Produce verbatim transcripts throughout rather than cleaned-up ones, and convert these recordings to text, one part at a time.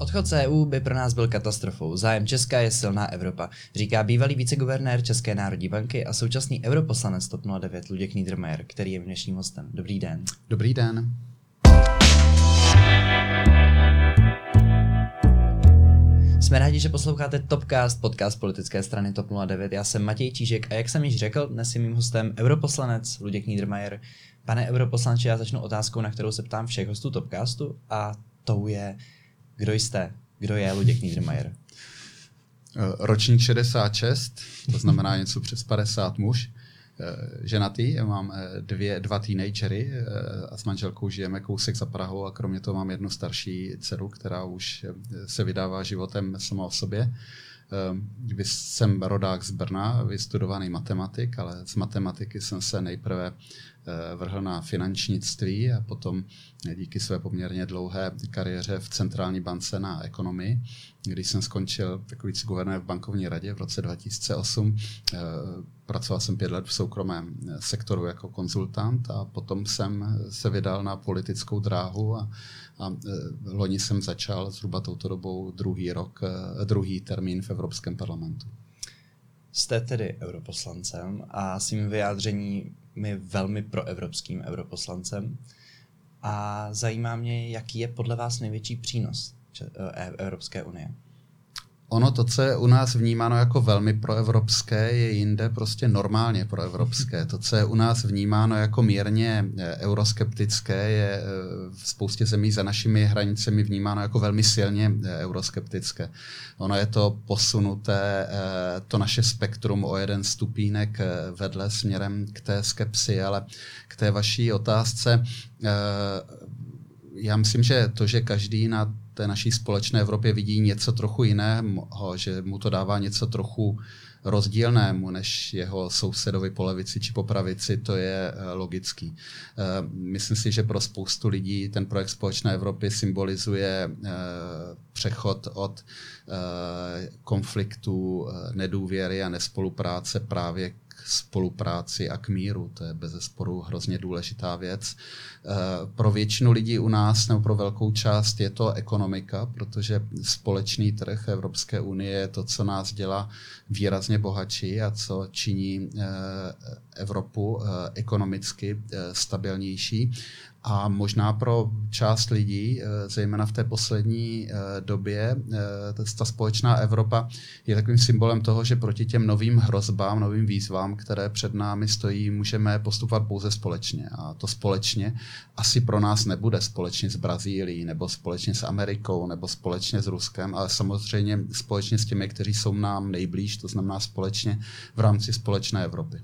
Odchod z E U by pro nás byl katastrofou. Zájem Česka je silná Evropa, říká bývalý viceguvernér České národní banky a současný europoslanec TOP nula devět Luděk Niedermayer, který je dnešním hostem. Dobrý den. Dobrý den. Jsme rádi, že posloucháte Topcast, podcast politické strany TOP nula devět. Já jsem Matěj Čížek a jak jsem již řekl, dnes je mým hostem europoslanec Luděk Niedermayer. Pane europoslanče, já začnu otázkou, na kterou se ptám všech hostů Topcastu, a tou je, kdo jste? Kdo je Luděk Niedermayer? Ročník šedesát šest, to znamená něco přes padesát, muž. Ženatý, mám dvě, dva teenagery a s manželkou žijeme kousek za Prahou a kromě toho mám jednu starší dceru, která už se vydává životem sama o sobě. Jsem rodák z Brna, vystudovaný matematik, ale z matematiky jsem se nejprve vrhl na finančnictví a potom díky své poměrně dlouhé kariéře v centrální bance na ekonomii, když jsem skončil jako viceguvernér v bankovní radě v roce dva tisíce osm. Pracoval jsem pět let v soukromém sektoru jako konzultant a potom jsem se vydal na politickou dráhu a, a loni jsem začal zhruba touto dobou druhý rok, druhý termín v Evropském parlamentu. Jste tedy europoslancem a svým vyjádřením je velmi proevropským europoslancem. A zajímá mě, jaký je podle vás největší přínos Evropské unie? Ono to, co je u nás vnímáno jako velmi proevropské, je jinde prostě normálně proevropské. To, co je u nás vnímáno jako mírně euroskeptické, je v spoustě zemí za našimi hranicemi vnímáno jako velmi silně euroskeptické. Ono je to posunuté, to naše spektrum o jeden stupínek vedle směrem k té skepsi, ale k té vaší otázce. Já myslím, že to, že každý na té naší společné Evropě vidí něco trochu jiného, že mu to dává něco trochu rozdílnému než jeho sousedovi po levici či po pravici, to je logický. Myslím si, že pro spoustu lidí ten projekt společné Evropy symbolizuje přechod od konfliktu, nedůvěry a nespolupráce právě k spolupráci a k míru. To je bezesporu hrozně důležitá věc. Pro většinu lidí u nás nebo pro velkou část je to ekonomika, protože společný trh Evropské unie je to, co nás dělá výrazně bohatší a co činí Evropu ekonomicky stabilnější. A možná pro část lidí, zejména v té poslední době, ta společná Evropa je takovým symbolem toho, že proti těm novým hrozbám, novým výzvám, které před námi stojí, můžeme postupovat pouze společně. A to společně asi pro nás nebude společně s Brazílií, nebo společně s Amerikou, nebo společně s Ruskem, ale samozřejmě společně s těmi, kteří jsou nám nejblíž, to znamená společně v rámci společné Evropy.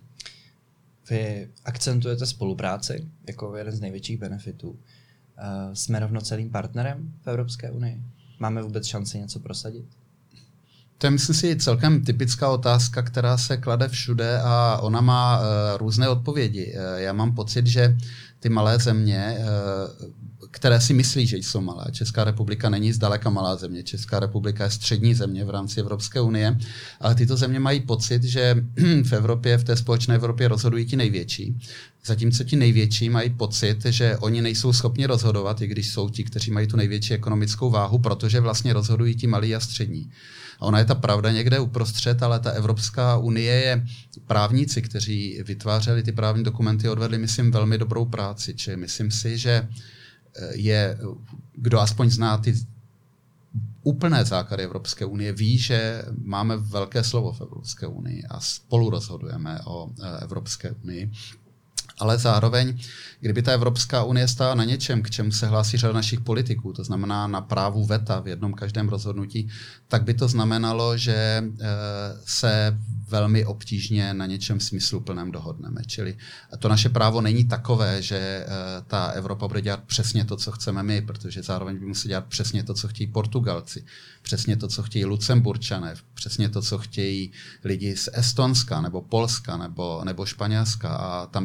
Vy akcentujete spolupráci jako jeden z největších benefitů. Jsme rovnocenným partnerem v Evropské unii? Máme vůbec šanci něco prosadit? To je, myslím si, celkem typická otázka, která se klade všude a ona má uh, různé odpovědi. Uh, já mám pocit, že ty malé země, uh, které si myslí, že jsou malé. Česká republika není zdaleka malá země. Česká republika je střední země v rámci Evropské unie, ale tyto země mají pocit, že v Evropě, v té společné Evropě rozhodují ti největší. Zatímco ti největší mají pocit, že oni nejsou schopni rozhodovat, i když jsou ti, kteří mají tu největší ekonomickou váhu, protože vlastně rozhodují ti malí a střední. A ona je ta pravda někde uprostřed, ale ta Evropská unie je právníci, kteří vytvářeli ty právní dokumenty, odvedli, myslím, velmi dobrou práci. Čili myslím si, že je, kdo aspoň zná ty úplné základy Evropské unie, ví, že máme velké slovo v Evropské unii a spolu rozhodujeme o Evropské unii. Ale zároveň, kdyby ta Evropská unie stála na něčem, k čemu se hlásí řada našich politiků, to znamená na právu veta v jednom každém rozhodnutí, tak by to znamenalo, že se velmi obtížně na něčem smysluplném dohodneme. Čili to naše právo není takové, že ta Evropa bude dělat přesně to, co chceme my, protože zároveň by museli dělat přesně to, co chtějí Portugalci, přesně to, co chtějí Lucemburčané, přesně to, co chtějí lidi z Estonska nebo Polska nebo, nebo Španělska, a tam by se ta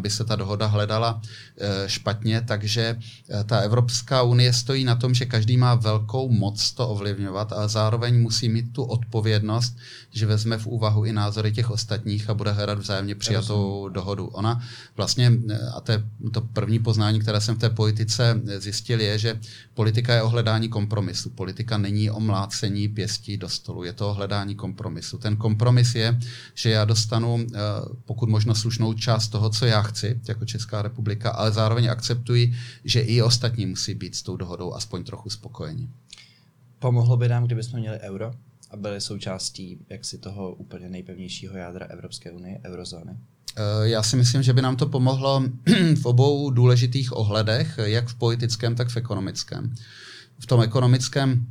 dohoda hledala špatně, takže ta Evropská unie stojí na tom, že každý má velkou moc to ovlivňovat, ale zároveň musí mít tu odpovědnost, že vezme v úvahu i názory těch ostatních a bude hledat vzájemně přijatou dohodu. Ona vlastně, a to je to první poznání, které jsem v té politice zjistil, je, že politika je o hledání kompromisu. Politika není o mlácení pěstí do stolu, je to o hledání kompromisu. Ten kompromis je, že já dostanu pokud možno slušnou část toho, co já chci, jako Česká republika, ale zároveň akceptuji, že i ostatní musí být s tou dohodou aspoň trochu spokojeni. Pomohlo by nám, kdybychom měli euro a byli součástí jaksi toho úplně nejpevnějšího jádra Evropské unie, eurozóny? Já si myslím, že by nám to pomohlo v obou důležitých ohledech, jak v politickém, tak v ekonomickém. V tom ekonomickém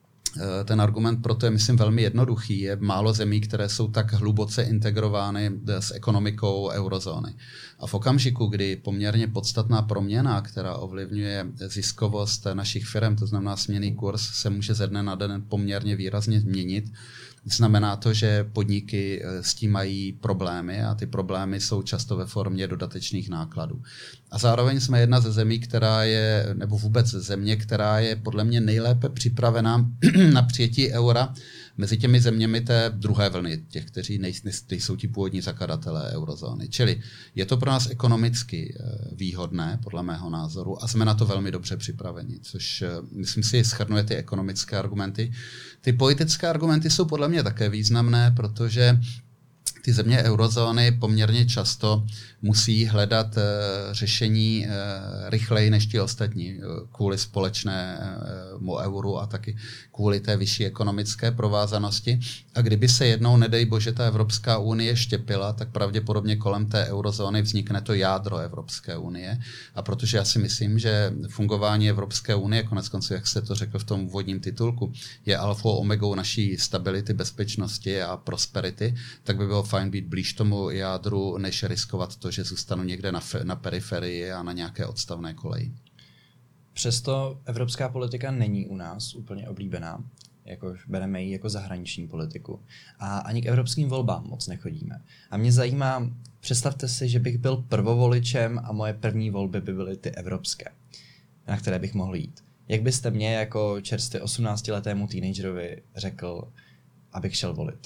ten argument proto je, myslím, velmi jednoduchý. Je málo zemí, které jsou tak hluboce integrovány s ekonomikou eurozóny. A v okamžiku, kdy poměrně podstatná proměna, která ovlivňuje ziskovost našich firm, to znamená směnný kurz, se může ze dne na den poměrně výrazně změnit, znamená to, že podniky s tím mají problémy a ty problémy jsou často ve formě dodatečných nákladů. A zároveň jsme jedna ze zemí, která je, nebo vůbec země, která je podle mě nejlépe připravená na přijetí eura mezi těmi zeměmi té druhé vlny, těch, kteří nejsou ti původní zakladatelé eurozóny. Čili je to pro nás ekonomicky výhodné, podle mého názoru, a jsme na to velmi dobře připraveni, což myslím si shrnuje ty ekonomické argumenty. Ty politické argumenty jsou podle mě také významné, protože ty země eurozóny poměrně často musí hledat uh, řešení uh, rychleji než ti ostatní uh, kvůli společnému euru a taky kvůli té vyšší ekonomické provázanosti. A kdyby se jednou, nedej bože, ta Evropská unie štěpila, tak pravděpodobně kolem té eurozóny vznikne to jádro Evropské unie. A protože já si myslím, že fungování Evropské unie, koneckonců, jak jste to řekl v tom úvodním titulku, je alfou omegou naší stability, bezpečnosti a prosperity, tak by bylo fajn být blíž tomu jádru, než riskovat to, že zůstanu někde na, fe, na periferii a na nějaké odstavné koleji. Přesto evropská politika není u nás úplně oblíbená, jako bereme ji jako zahraniční politiku. A ani k evropským volbám moc nechodíme. A mě zajímá, představte si, že bych byl prvovoličem a moje první volby by byly ty evropské, na které bych mohl jít. Jak byste mě jako čerstvě osmnáctiletému teenagerovi řekl, abych šel volit?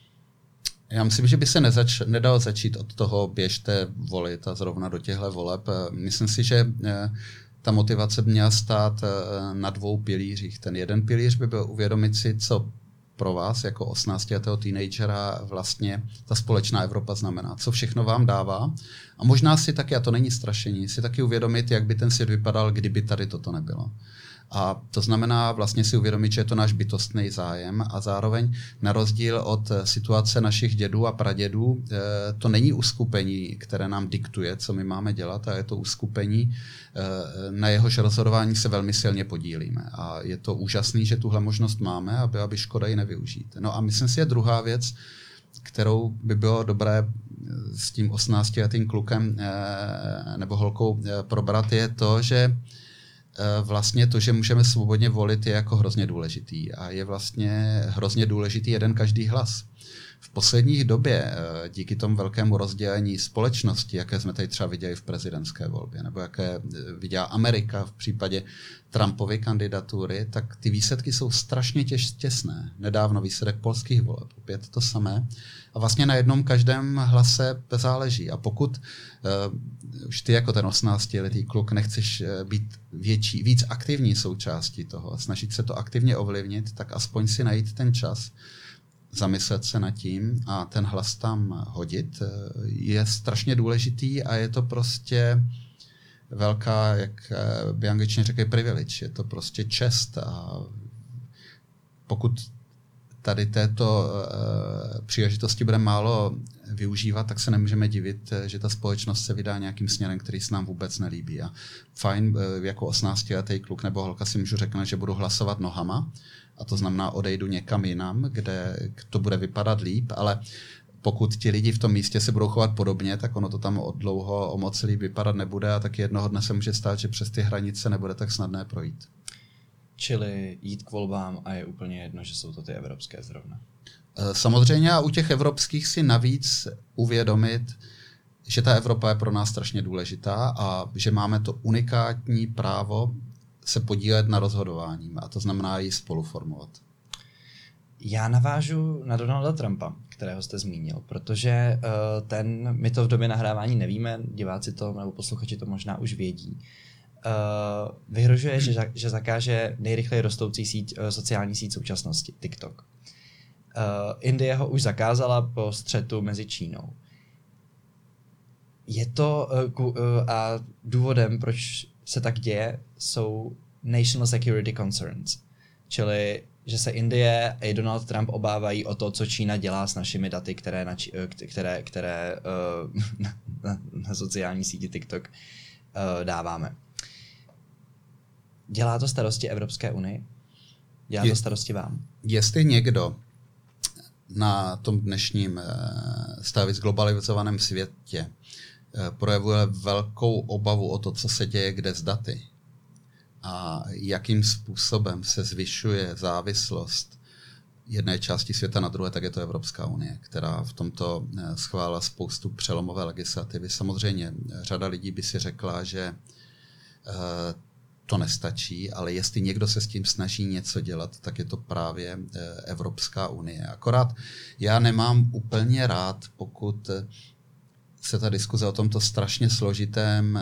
Já myslím, že by se nezač- nedalo začít od toho běžte volit a zrovna do těchto voleb. Myslím si, že ta motivace by měla stát na dvou pilířích. Ten jeden pilíř by byl uvědomit si, co pro vás jako osmnáctiletého teenagera vlastně ta společná Evropa znamená. Co všechno vám dává. A možná si taky, a to není strašení, si taky uvědomit, jak by ten svět vypadal, kdyby tady toto nebylo. A to znamená vlastně si uvědomit, že je to náš bytostný zájem a zároveň na rozdíl od situace našich dědů a pradědů to není uskupení, které nám diktuje, co my máme dělat, a je to uskupení, na jehož rozhodování se velmi silně podílíme. A je to úžasný, že tuhle možnost máme a byla by škoda ji nevyužít. No a myslím si, je druhá věc, kterou by bylo dobré s tím osmnáctiletým klukem nebo holkou probrat, je to, že vlastně to, že můžeme svobodně volit, je jako hrozně důležitý. A je vlastně hrozně důležitý jeden každý hlas. V posledních době, díky tomu velkému rozdělení společnosti, jaké jsme tady třeba viděli v prezidentské volbě, nebo jaké viděla Amerika v případě Trumpovy kandidatury, tak ty výsledky jsou strašně těž, těsné. Nedávno výsledek polských voleb, opět to samé. A vlastně na jednom každém hlase záleží. A pokud uh, už ty jako ten osmnáctiletý kluk nechceš být větší, víc aktivní součástí toho a snažit se to aktivně ovlivnit, tak aspoň si najít ten čas, zamyslet se nad tím a ten hlas tam hodit je strašně důležitý a je to prostě velká, jak by angličtině řekli, privilege. Je to prostě čest a pokud tady této uh, příležitosti bude málo využívat, tak se nemůžeme divit, že ta společnost se vydá nějakým směrem, který se nám vůbec nelíbí. A fajn, uh, jako osmnáctiletý kluk nebo holka si můžu řeknout, že budu hlasovat nohama, a to znamená odejdu někam jinam, kde to bude vypadat líp, ale pokud ti lidi v tom místě se budou chovat podobně, tak ono to tam od dlouho o moc líp vypadat nebude a tak jednoho dne se může stát, že přes ty hranice nebude tak snadné projít. Čili jít k volbám a je úplně jedno, že jsou to ty evropské zrovna. Samozřejmě a u těch evropských si navíc uvědomit, že ta Evropa je pro nás strašně důležitá a že máme to unikátní právo se podílet na rozhodování, a to znamená ji spoluformovat. Já navážu na Donalda Trumpa, kterého jste zmínil, protože uh, ten, my to v době nahrávání nevíme, diváci to nebo posluchači to možná už vědí, uh, vyhrožuje, že, že zakáže nejrychleji rostoucí síť, uh, sociální síť současnosti, TikTok. Uh, Indie ho už zakázala po střetu mezi Čínou. Je to uh, ku, uh, a důvodem, proč se tak děje, jsou national security concerns, čili že se Indie a Donald Trump obávají o to, co Čína dělá s našimi daty, které na, které, které uh, na, na, na sociální síti TikTok uh, dáváme. Dělá to starosti Evropské unii? Dělá Je, to starosti vám? Jestli někdo na tom dnešním stavě globalizovaném světě projevuje velkou obavu o to, co se děje kde s daty, a jakým způsobem se zvyšuje závislost jedné části světa na druhé, tak je to Evropská unie, která v tomto schválila spoustu přelomové legislativy. Samozřejmě řada lidí by si řekla, že to nestačí, ale jestli někdo se s tím snaží něco dělat, tak je to právě Evropská unie. Akorát já nemám úplně rád, pokud se ta diskuze o tomto strašně složitém,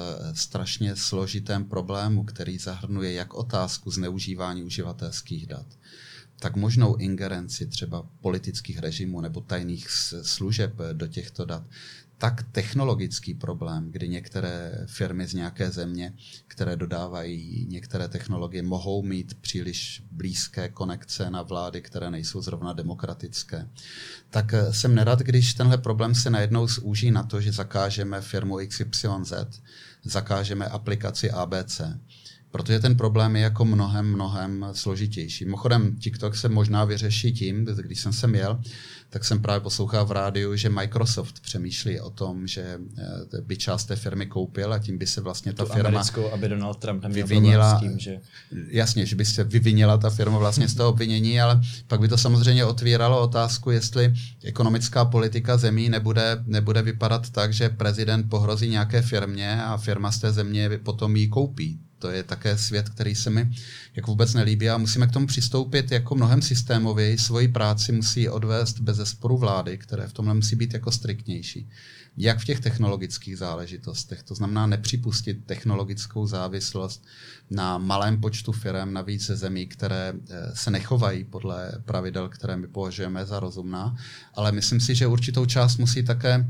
strašně složitém problému, který zahrnuje jak otázku zneužívání uživatelských dat, tak možnou ingerenci třeba politických režimů nebo tajných služeb do těchto dat, tak technologický problém, kdy některé firmy z nějaké země, které dodávají některé technologie, mohou mít příliš blízké konekce na vlády, které nejsou zrovna demokratické. Tak jsem nerad, když tenhle problém se najednou zúží na to, že zakážeme firmu X Y Z, zakážeme aplikaci A B C. Protože ten problém je jako mnohem, mnohem složitější. Mimochodem, TikTok se možná vyřeší tím, když jsem sem jel, tak jsem právě poslouchal v rádiu, že Microsoft přemýšlí o tom, že by část té firmy koupil a tím by se vlastně ta tu firma americkou, aby Donald Trump neměl vyvinila, s tím, že... Jasně, že by se vyvinila ta firma vlastně z toho obvinění, ale pak by to samozřejmě otvíralo otázku, jestli ekonomická politika zemí nebude, nebude vypadat tak, že prezident pohrozí nějaké firmě a firma z té země potom ji koupí. To je také svět, který se mi jako vůbec nelíbí a musíme k tomu přistoupit jako mnohem systémověji. Svoji práci musí odvést bezesporu vlády, které v tomhle musí být jako striktnější. Jak v těch technologických záležitostech, to znamená nepřipustit technologickou závislost na malém počtu firem, navíc ze zemí, které se nechovají podle pravidel, které my považujeme za rozumná, ale myslím si, že určitou část musí také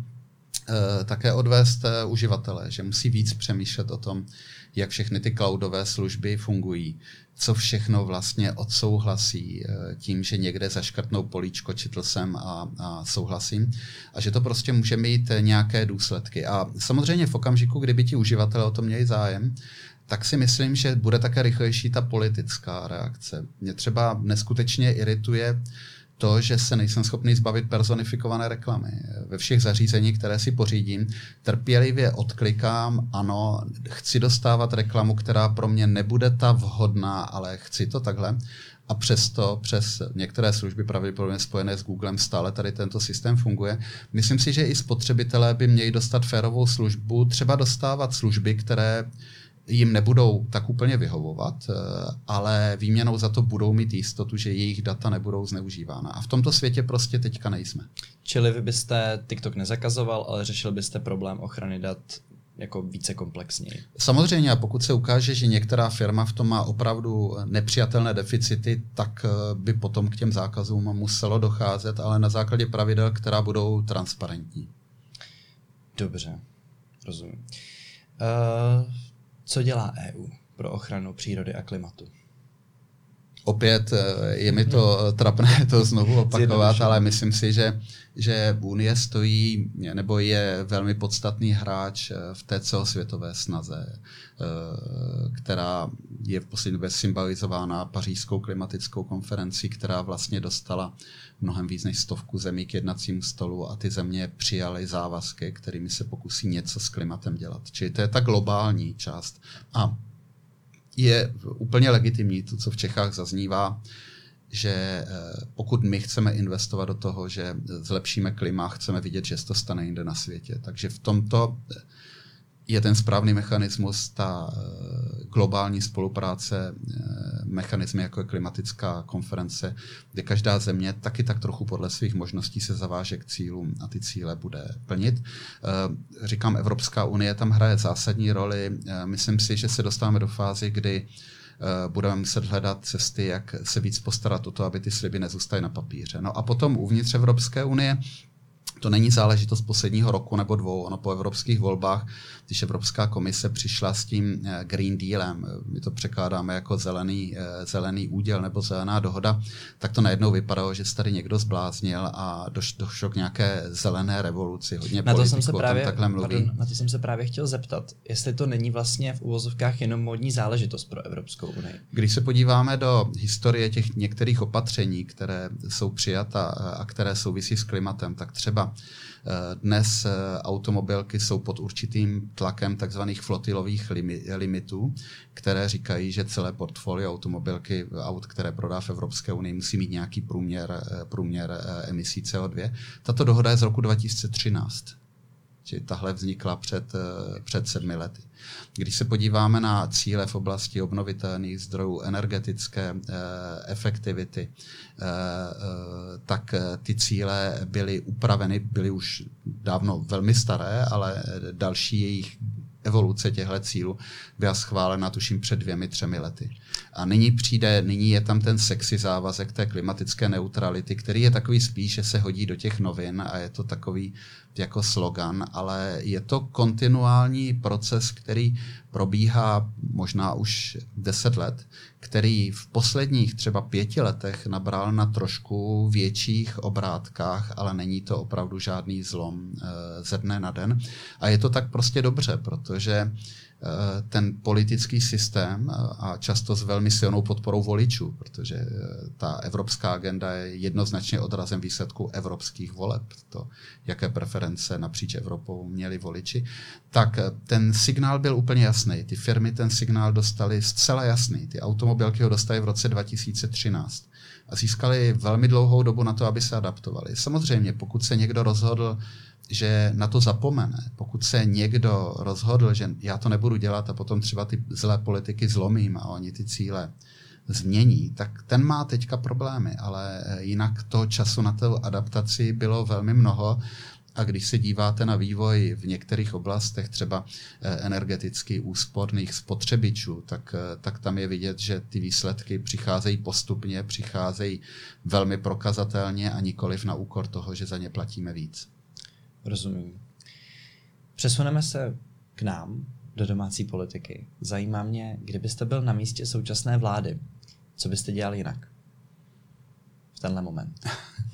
také odvést uživatele, že musí víc přemýšlet o tom, jak všechny ty cloudové služby fungují, co všechno vlastně odsouhlasí tím, že někde zaškrtnou políčko, četl jsem a, a souhlasím, a že to prostě může mít nějaké důsledky. A samozřejmě v okamžiku, kdyby ti uživatelé o to měli zájem, tak si myslím, že bude také rychlejší ta politická reakce. Mě třeba neskutečně irituje to, že se nejsem schopný zbavit personifikované reklamy. Ve všech zařízeních, které si pořídím, trpělivě odklikám, ano, chci dostávat reklamu, která pro mě nebude ta vhodná, ale chci to takhle. A přesto přes některé služby pravděpodobně spojené s Googlem stále tady tento systém funguje. Myslím si, že i spotřebitelé by měli dostat férovou službu, třeba dostávat služby, které jim nebudou tak úplně vyhovovat, ale výměnou za to budou mít jistotu, že jejich data nebudou zneužívána. A v tomto světě prostě teďka nejsme. Čili vy byste TikTok nezakazoval, ale řešil byste problém ochrany dat jako více komplexněji? Samozřejmě, a pokud se ukáže, že některá firma v tom má opravdu nepřijatelné deficity, tak by potom k těm zákazům muselo docházet, ale na základě pravidel, která budou transparentní. Dobře, rozumím. Uh... Co dělá E U pro ochranu přírody a klimatu? Opět je mi to trapné to znovu opakovat, ale myslím si, že, že Unie stojí nebo je velmi podstatný hráč v té celosvětové snaze, která je v poslední době symbolizována Pařížskou klimatickou konferencí, která vlastně dostala mnohem víc než stovku zemí k jednacímu stolu a ty země přijaly závazky, kterými se pokusí něco s klimatem dělat. Čili to je ta globální část. A je úplně legitimní to, co v Čechách zaznívá, že pokud my chceme investovat do toho, že zlepšíme klima, chceme vidět, že se to stane jinde na světě. Takže v tomto je ten správný mechanismus, ta globální spolupráce, mechanismy jako je klimatická konference, kde každá země taky tak trochu podle svých možností se zaváže k cílům a ty cíle bude plnit. Říkám, Evropská unie tam hraje zásadní roli. Myslím si, že se dostáváme do fázy, kdy budeme muset hledat cesty, jak se víc postarat o to, aby ty sliby nezůstaly na papíře. No a potom uvnitř Evropské unie to není záležitost posledního roku nebo dvou, ono po evropských volbách, když Evropská komise přišla s tím Green Dealem, my to překládáme jako zelený, zelený úděl nebo zelená dohoda, tak to najednou vypadalo, že se tady někdo zbláznil a došlo k nějaké zelené revoluci. Hodně na to politiků jsem se právě, o tom takhle mluví. Pardon, na to jsem se právě chtěl zeptat, jestli to není vlastně v uvozovkách jenom módní záležitost pro Evropskou unii. Když se podíváme do historie těch některých opatření, které jsou přijata a které souvisí s klimatem, tak třeba dnes automobilky jsou pod určitým tlakem takzvaných flotilových limitů, které říkají, že celé portfolio automobilky, aut, které prodá v Evropské unii, musí mít nějaký průměr, průměr emisí C O dva. Tato dohoda je z roku dva tisíce třináct. Čili tahle vznikla před, před sedmi lety. Když se podíváme na cíle v oblasti obnovitelných zdrojů, energetické eh, efektivity, eh, eh, tak ty cíle byly upraveny, byly už dávno velmi staré, ale další jejich evoluce těchto cílů byla schválena tuším před dvěmi, třemi lety. A nyní přijde, nyní je tam ten sexy závazek té klimatické neutrality, který je takový spíš, že se hodí do těch novin a je to takový jako slogan, ale je to kontinuální proces, který probíhá možná už deset let, který v posledních třeba pěti letech nabral na trošku větších obrátkách, ale není to opravdu žádný zlom ze dne na den. A je to tak prostě dobře, protože ten politický systém a často s velmi silnou podporou voličů, protože ta evropská agenda je jednoznačně odrazem výsledku evropských voleb, to, jaké preference napříč Evropou měli voliči, tak ten signál byl úplně jasný. Ty firmy ten signál dostali zcela jasný. Ty automobilky ho dostali v roce dva tisíce třináct a získali velmi dlouhou dobu na to, aby se adaptovali. Samozřejmě, pokud se někdo rozhodl, že na to zapomene. Pokud se někdo rozhodl, že já to nebudu dělat a potom třeba ty zlé politiky zlomím a oni ty cíle změní, tak ten má teďka problémy, ale jinak toho času na tu adaptaci bylo velmi mnoho. A když se díváte na vývoj v některých oblastech, třeba energeticky úsporných spotřebičů, tak, tak tam je vidět, že ty výsledky přicházejí postupně, přicházejí velmi prokazatelně a nikoliv na úkor toho, že za ně platíme víc. Rozumím. Přesuneme se k nám, do domácí politiky. Zajímá mě, kdybyste byl na místě současné vlády, co byste dělal jinak v tenhle moment?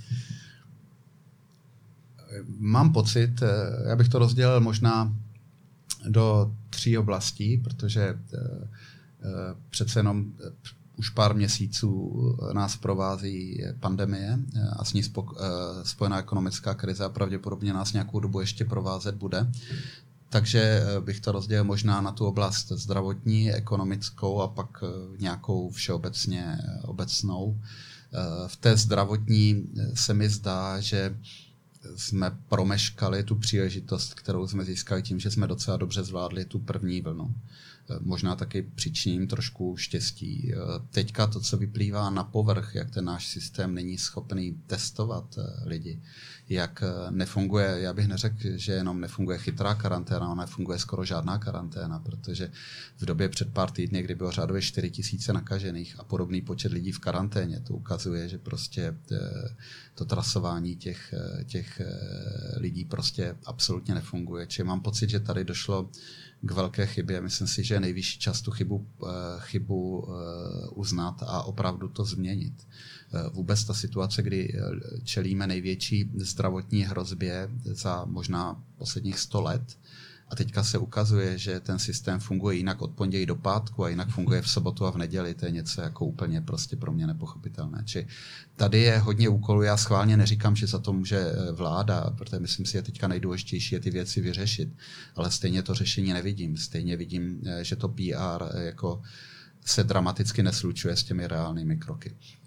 Mám pocit, já bych to rozdělil možná do tří oblastí, protože přece jenom už pár měsíců nás provází pandemie a s ní spojená ekonomická krize a pravděpodobně nás nějakou dobu ještě provázet bude. Takže bych to rozdělil možná na tu oblast zdravotní, ekonomickou a pak nějakou všeobecně obecnou. V té zdravotní se mi zdá, že jsme promeškali tu příležitost, kterou jsme získali tím, že jsme docela dobře zvládli tu první vlnu. Možná taky přičiním trošku štěstí. Teďka to, co vyplývá na povrch, jak ten náš systém není schopný testovat lidi, jak nefunguje, já bych neřekl, že jenom nefunguje chytrá karanténa, ona nefunguje skoro žádná karanténa, protože v době před pár týdny, kdy bylo řádově čtyři tisíce nakažených a podobný počet lidí v karanténě, to ukazuje, že prostě to trasování těch, těch lidí prostě absolutně nefunguje. Čili mám pocit, že tady došlo k velké chybě. Myslím si, že je nejvyšší čas tu chybu, chybu uznat a opravdu to změnit. Vůbec ta situace, kdy čelíme největší zdravotní hrozbě za možná posledních sto let, a teďka se ukazuje, že ten systém funguje jinak od pondělí do pátku a jinak funguje v sobotu a v neděli. To je něco jako úplně prostě pro mě nepochopitelné. Či tady je hodně úkolů. Já schválně neříkám, že za to může vláda, protože myslím si, že teďka nejdůležitější je ty věci vyřešit. Ale stejně to řešení nevidím. Stejně vidím, že to P R jako se dramaticky neslučuje s těmi reálnými kroky.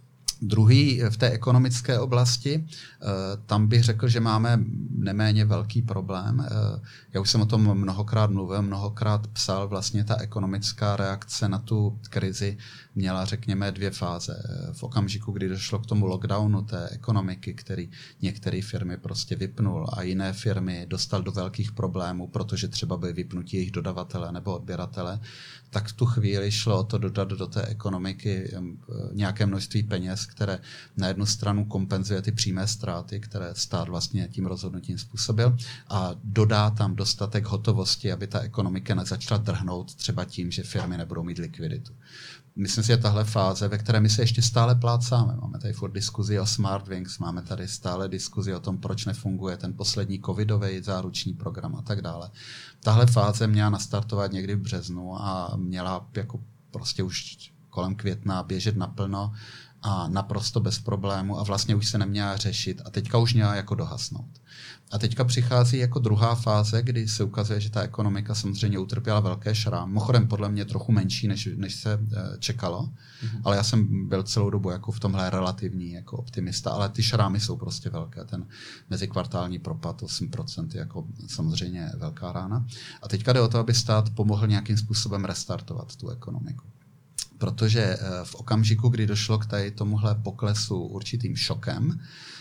Druhý v té ekonomické oblasti, tam bych řekl, že máme neméně velký problém. Já už jsem o tom mnohokrát mluvil, mnohokrát psal, vlastně ta ekonomická reakce na tu krizi měla, řekněme, dvě fáze. V okamžiku, kdy došlo k tomu lockdownu té ekonomiky, který některé firmy prostě vypnul a jiné firmy dostal do velkých problémů, protože třeba byly vypnutí jejich dodavatele nebo odběratele, tak v tu chvíli šlo o to dodat do té ekonomiky nějaké množství peněz, které na jednu stranu kompenzuje ty přímé ztráty, které stát vlastně tím rozhodnutím způsobil, a dodá tam dostatek hotovosti, aby ta ekonomika nezačala drhnout třeba tím, že firmy nebudou mít likviditu. Myslím si, že tahle fáze, ve které my se ještě stále plácáme. Máme tady furt diskuzi o Smartwings, máme tady stále diskuzi o tom, proč nefunguje ten poslední covidový záruční program a tak dále. Tahle fáze měla nastartovat někdy v březnu a měla jako prostě už kolem května běžet naplno a naprosto bez problému a vlastně už se neměla řešit a teďka už měla jako dohasnout. A teďka přichází jako druhá fáze, kdy se ukazuje, že ta ekonomika samozřejmě utrpěla velké šrámy. Mimochodem podle mě trochu menší, než, než se čekalo, mm-hmm. ale já jsem byl celou dobu jako v tomhle relativní jako optimista, ale ty šrámy jsou prostě velké. Ten mezikvartální propad osm procent je jako samozřejmě velká rána. A teďka jde o to, aby stát pomohl nějakým způsobem restartovat tu ekonomiku. Protože v okamžiku, kdy došlo k tady tomuhle poklesu určitým šokem,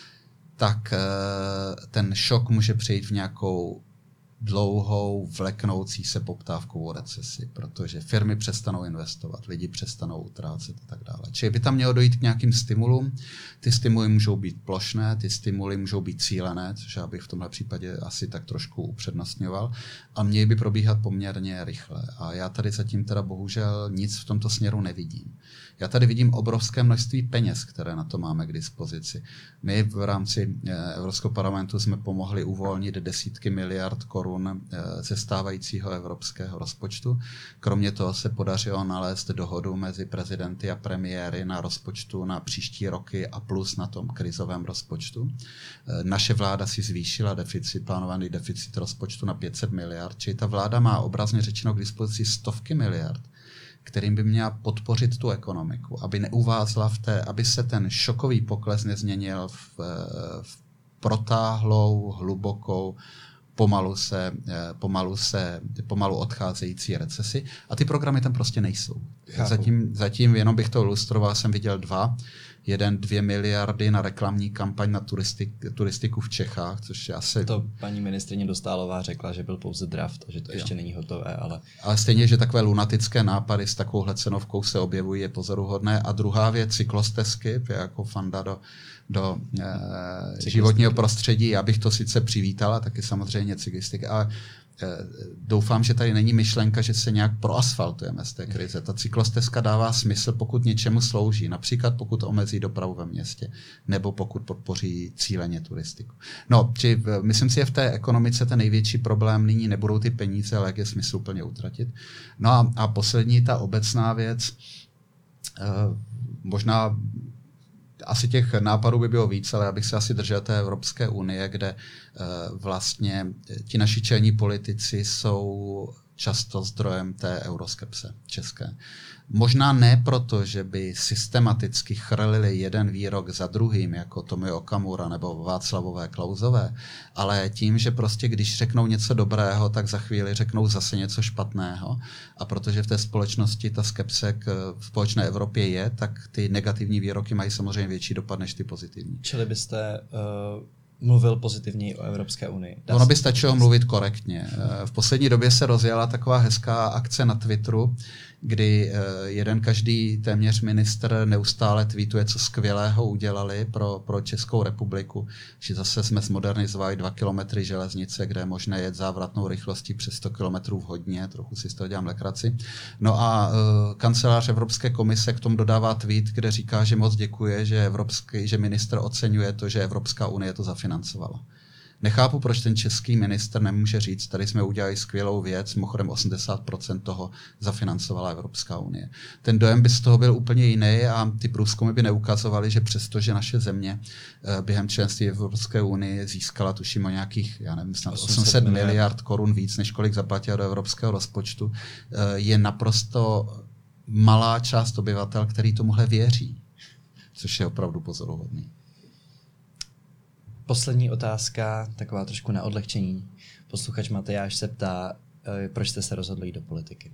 tak ten šok může přejít v nějakou dlouhou, vleknoucí se poptávkovou recesi, protože firmy přestanou investovat, lidi přestanou utrácet a tak dále. Čili by tam mělo dojít k nějakým stimulům. Ty stimuly můžou být plošné, ty stimuly můžou být cílené, což já bych v tomhle případě asi tak trošku upřednostňoval, a měly by probíhat poměrně rychle. A já tady zatím teda bohužel nic v tomto směru nevidím. Já tady vidím obrovské množství peněz, které na to máme k dispozici. My v rámci Evropského parlamentu jsme pomohli uvolnit desítky miliard korun ze stávajícího evropského rozpočtu. Kromě toho se podařilo nalézt dohodu mezi prezidenty a premiéry na rozpočtu na příští roky a plus na tom krizovém rozpočtu. Naše vláda si zvýšila deficit, plánovaný deficit rozpočtu na pět set miliard, čili ta vláda má obrazně řečeno k dispozici stovky miliard, kterým by měla podpořit tu ekonomiku, aby neuvázla v té, aby se ten šokový pokles nezměnil v, v protáhlou, hlubokou, pomalu se, pomalu se, pomalu odcházející recesi. A ty programy tam prostě nejsou. Zatím, zatím, jenom bych to ilustroval, jsem viděl dva. Jeden, dvě miliardy na reklamní kampaň na turistik, turistiku v Čechách, což je asi... To paní ministryně Dostálová řekla, že byl pouze draft, že to jo. ještě není hotové, ale... Ale stejně, že takové lunatické nápady s takovouhle cenovkou se objevují, je pozoruhodné. A druhá věc, cyklostezky, jako fanda do, do e, životního prostředí. Já bych to sice přivítal, a taky samozřejmě cyklistiky, ale doufám, že tady není myšlenka, že se nějak proasfaltujeme z té krize. Ta cyklostezka dává smysl, pokud něčemu slouží. Například pokud omezí dopravu ve městě, nebo pokud podpoří cíleně turistiku. No, či myslím si, že v té ekonomice ten největší problém nyní nebudou ty peníze, ale jak je smysl úplně utratit. No a, a poslední, ta obecná věc, eh, možná asi těch nápadů by bylo víc, ale já bych se asi držel té Evropské unie, kde uh, vlastně ti naši čelní politici jsou často zdrojem té euroskepse české. Možná ne proto, že by systematicky chrlili jeden výrok za druhým, jako Tomio Okamura nebo Václavové Klausové, ale tím, že prostě když řeknou něco dobrého, tak za chvíli řeknou zase něco špatného. A protože v té společnosti ta skepse k společné Evropě je, tak ty negativní výroky mají samozřejmě větší dopad než ty pozitivní. Čili byste... Uh... mluvil pozitivněji o Evropské unii. Dá ono by stačilo mluvit korektně. V poslední době se rozjela taková hezká akce na Twitteru, kdy jeden každý téměř ministr neustále tweetuje, co skvělého udělali pro, pro Českou republiku, že zase jsme zmodernizovali dva kilometry železnice, kde je možné jet závratnou rychlostí přes sto kilometrů v hodině, trochu si z toho dělám legraci. No a uh, kancelář Evropské komise k tomu dodává tweet, kde říká, že moc děkuje, že, evropský, že ministr oceňuje to, že Evropská unie to zafinancovala. Nechápu, proč ten český ministr nemůže říct, tady jsme udělali skvělou věc, mimochodem osmdesát procent toho zafinancovala Evropská unie. Ten dojem by z toho byl úplně jiný a ty průzkumy by neukazovaly, že přestože naše země během členství v Evropské unii získala, tuším o nějakých, já nevím, snad osm set miliard korun víc, než kolik zaplatila do evropského rozpočtu, je naprosto malá část obyvatel, který tomuhle věří. což je opravdu pozoruhodný. Poslední otázka, taková trošku na odlehčení. Posluchač Matyáš se ptá, proč jste se rozhodli jít do politiky?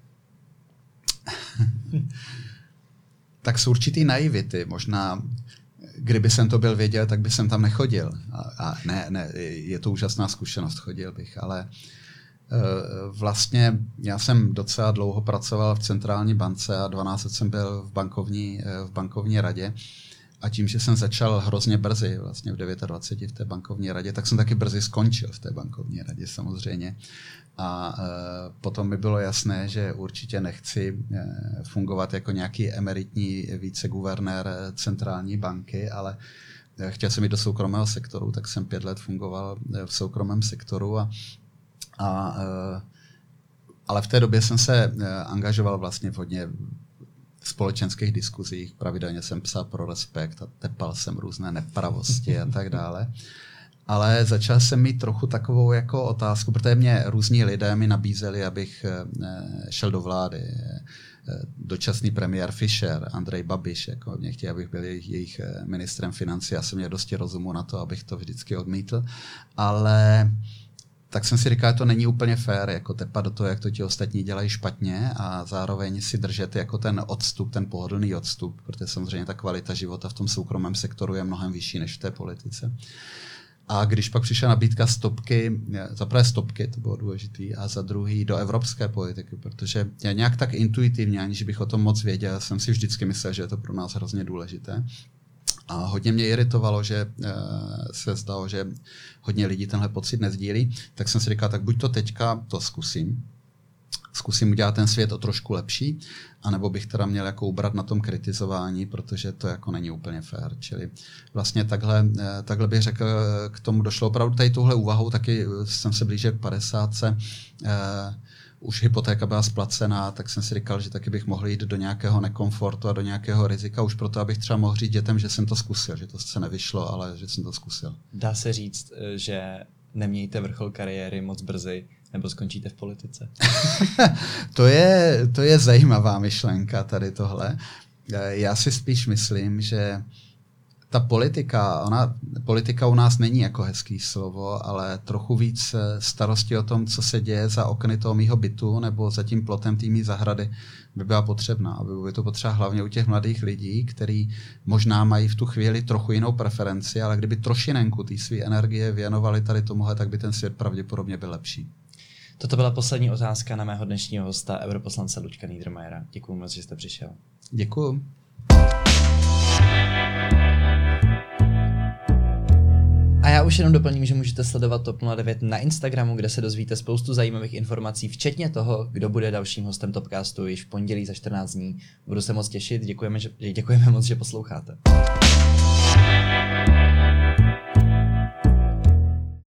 Tak z určitý naivity. Možná, kdyby jsem to byl věděl, tak by jsem tam nechodil. A, a ne, ne, je to úžasná zkušenost, chodil bych, ale uh, vlastně já jsem docela dlouho pracoval v centrální bance a dvanáct let jsem byl v bankovní, v bankovní radě. A tím, že jsem začal hrozně brzy, vlastně v dvaceti devíti v té bankovní radě, tak jsem taky brzy skončil v té bankovní radě samozřejmě. A e, potom mi bylo jasné, že určitě nechci e, fungovat jako nějaký emeritní viceguvernér centrální banky, ale e, chtěl jsem jít do soukromého sektoru, tak jsem pět let fungoval v soukromém sektoru. A, a, e, ale v té době jsem se e, angažoval vlastně v hodně společenských diskuzích, pravidelně jsem psal pro Respekt a tepal jsem různé nepravosti a tak dále. Ale začal jsem mít trochu takovou jako otázku, protože mě různí lidé mi nabízeli, abych šel do vlády. Dočasný premiér Fischer, Andrej Babiš, jako mě chtěli, abych byl jejich, jejich ministrem financí. Já jsem měl dosti rozumu na to, abych to vždycky odmítl. Ale tak jsem si říkal, že to není úplně fér, jako tepat do toho, jak to ti ostatní dělají špatně a zároveň si držet jako ten odstup, ten pohodlný odstup, protože samozřejmě ta kvalita života v tom soukromém sektoru je mnohem vyšší než v té politice. A když pak přišla nabídka stopky, za prvé stopky, to bylo důležitý, a za druhý do evropské politiky, protože já nějak tak intuitivně, aniž bych o tom moc věděl, jsem si vždycky myslel, že je to pro nás hrozně důležité. A hodně mě iritovalo, že e, se zdalo, že hodně lidí tenhle pocit nezdílí, tak jsem si říkal, tak buď to teďka to zkusím, zkusím udělat ten svět o trošku lepší, anebo bych teda měl jako ubrat na tom kritizování, protože to jako není úplně fér. Čili vlastně takhle, takhle bych řekl, k tomu došlo opravdu tady tuhle úvahou, taky jsem se blížil k padesátce, eh, už hypotéka byla splacená, tak jsem si říkal, že taky bych mohl jít do nějakého nekomfortu a do nějakého rizika, už proto, abych třeba mohl říct dětem, že jsem to zkusil, že to se nevyšlo, ale že jsem to zkusil. Dá se říct, že nemějte vrchol kariéry moc brzy, nebo skončíte v politice? to, je, to je zajímavá myšlenka tady tohle. Já si spíš myslím, že ta politika, ona, politika u nás není jako hezký slovo, ale trochu víc starosti o tom, co se děje za okny toho mýho bytu nebo za tím plotem té mý zahrady by byla potřebná. A by to potřeba hlavně u těch mladých lidí, kteří možná mají v tu chvíli trochu jinou preferenci, ale kdyby trošinenku té své energie věnovali tady tomuhle, tak by ten svět pravděpodobně byl lepší. Toto byla poslední otázka na mého dnešního hosta, europoslance Luďka Niedermayera. Děkuji moc, že jste přišel. Děkuji. A já už jenom doplním, že můžete sledovat TOP nula devět na Instagramu, kde se dozvíte spoustu zajímavých informací, včetně toho, kdo bude dalším hostem Topcastu již v pondělí za čtrnáct dní. Budu se moc těšit, děkujeme, že, děkujeme moc, že posloucháte.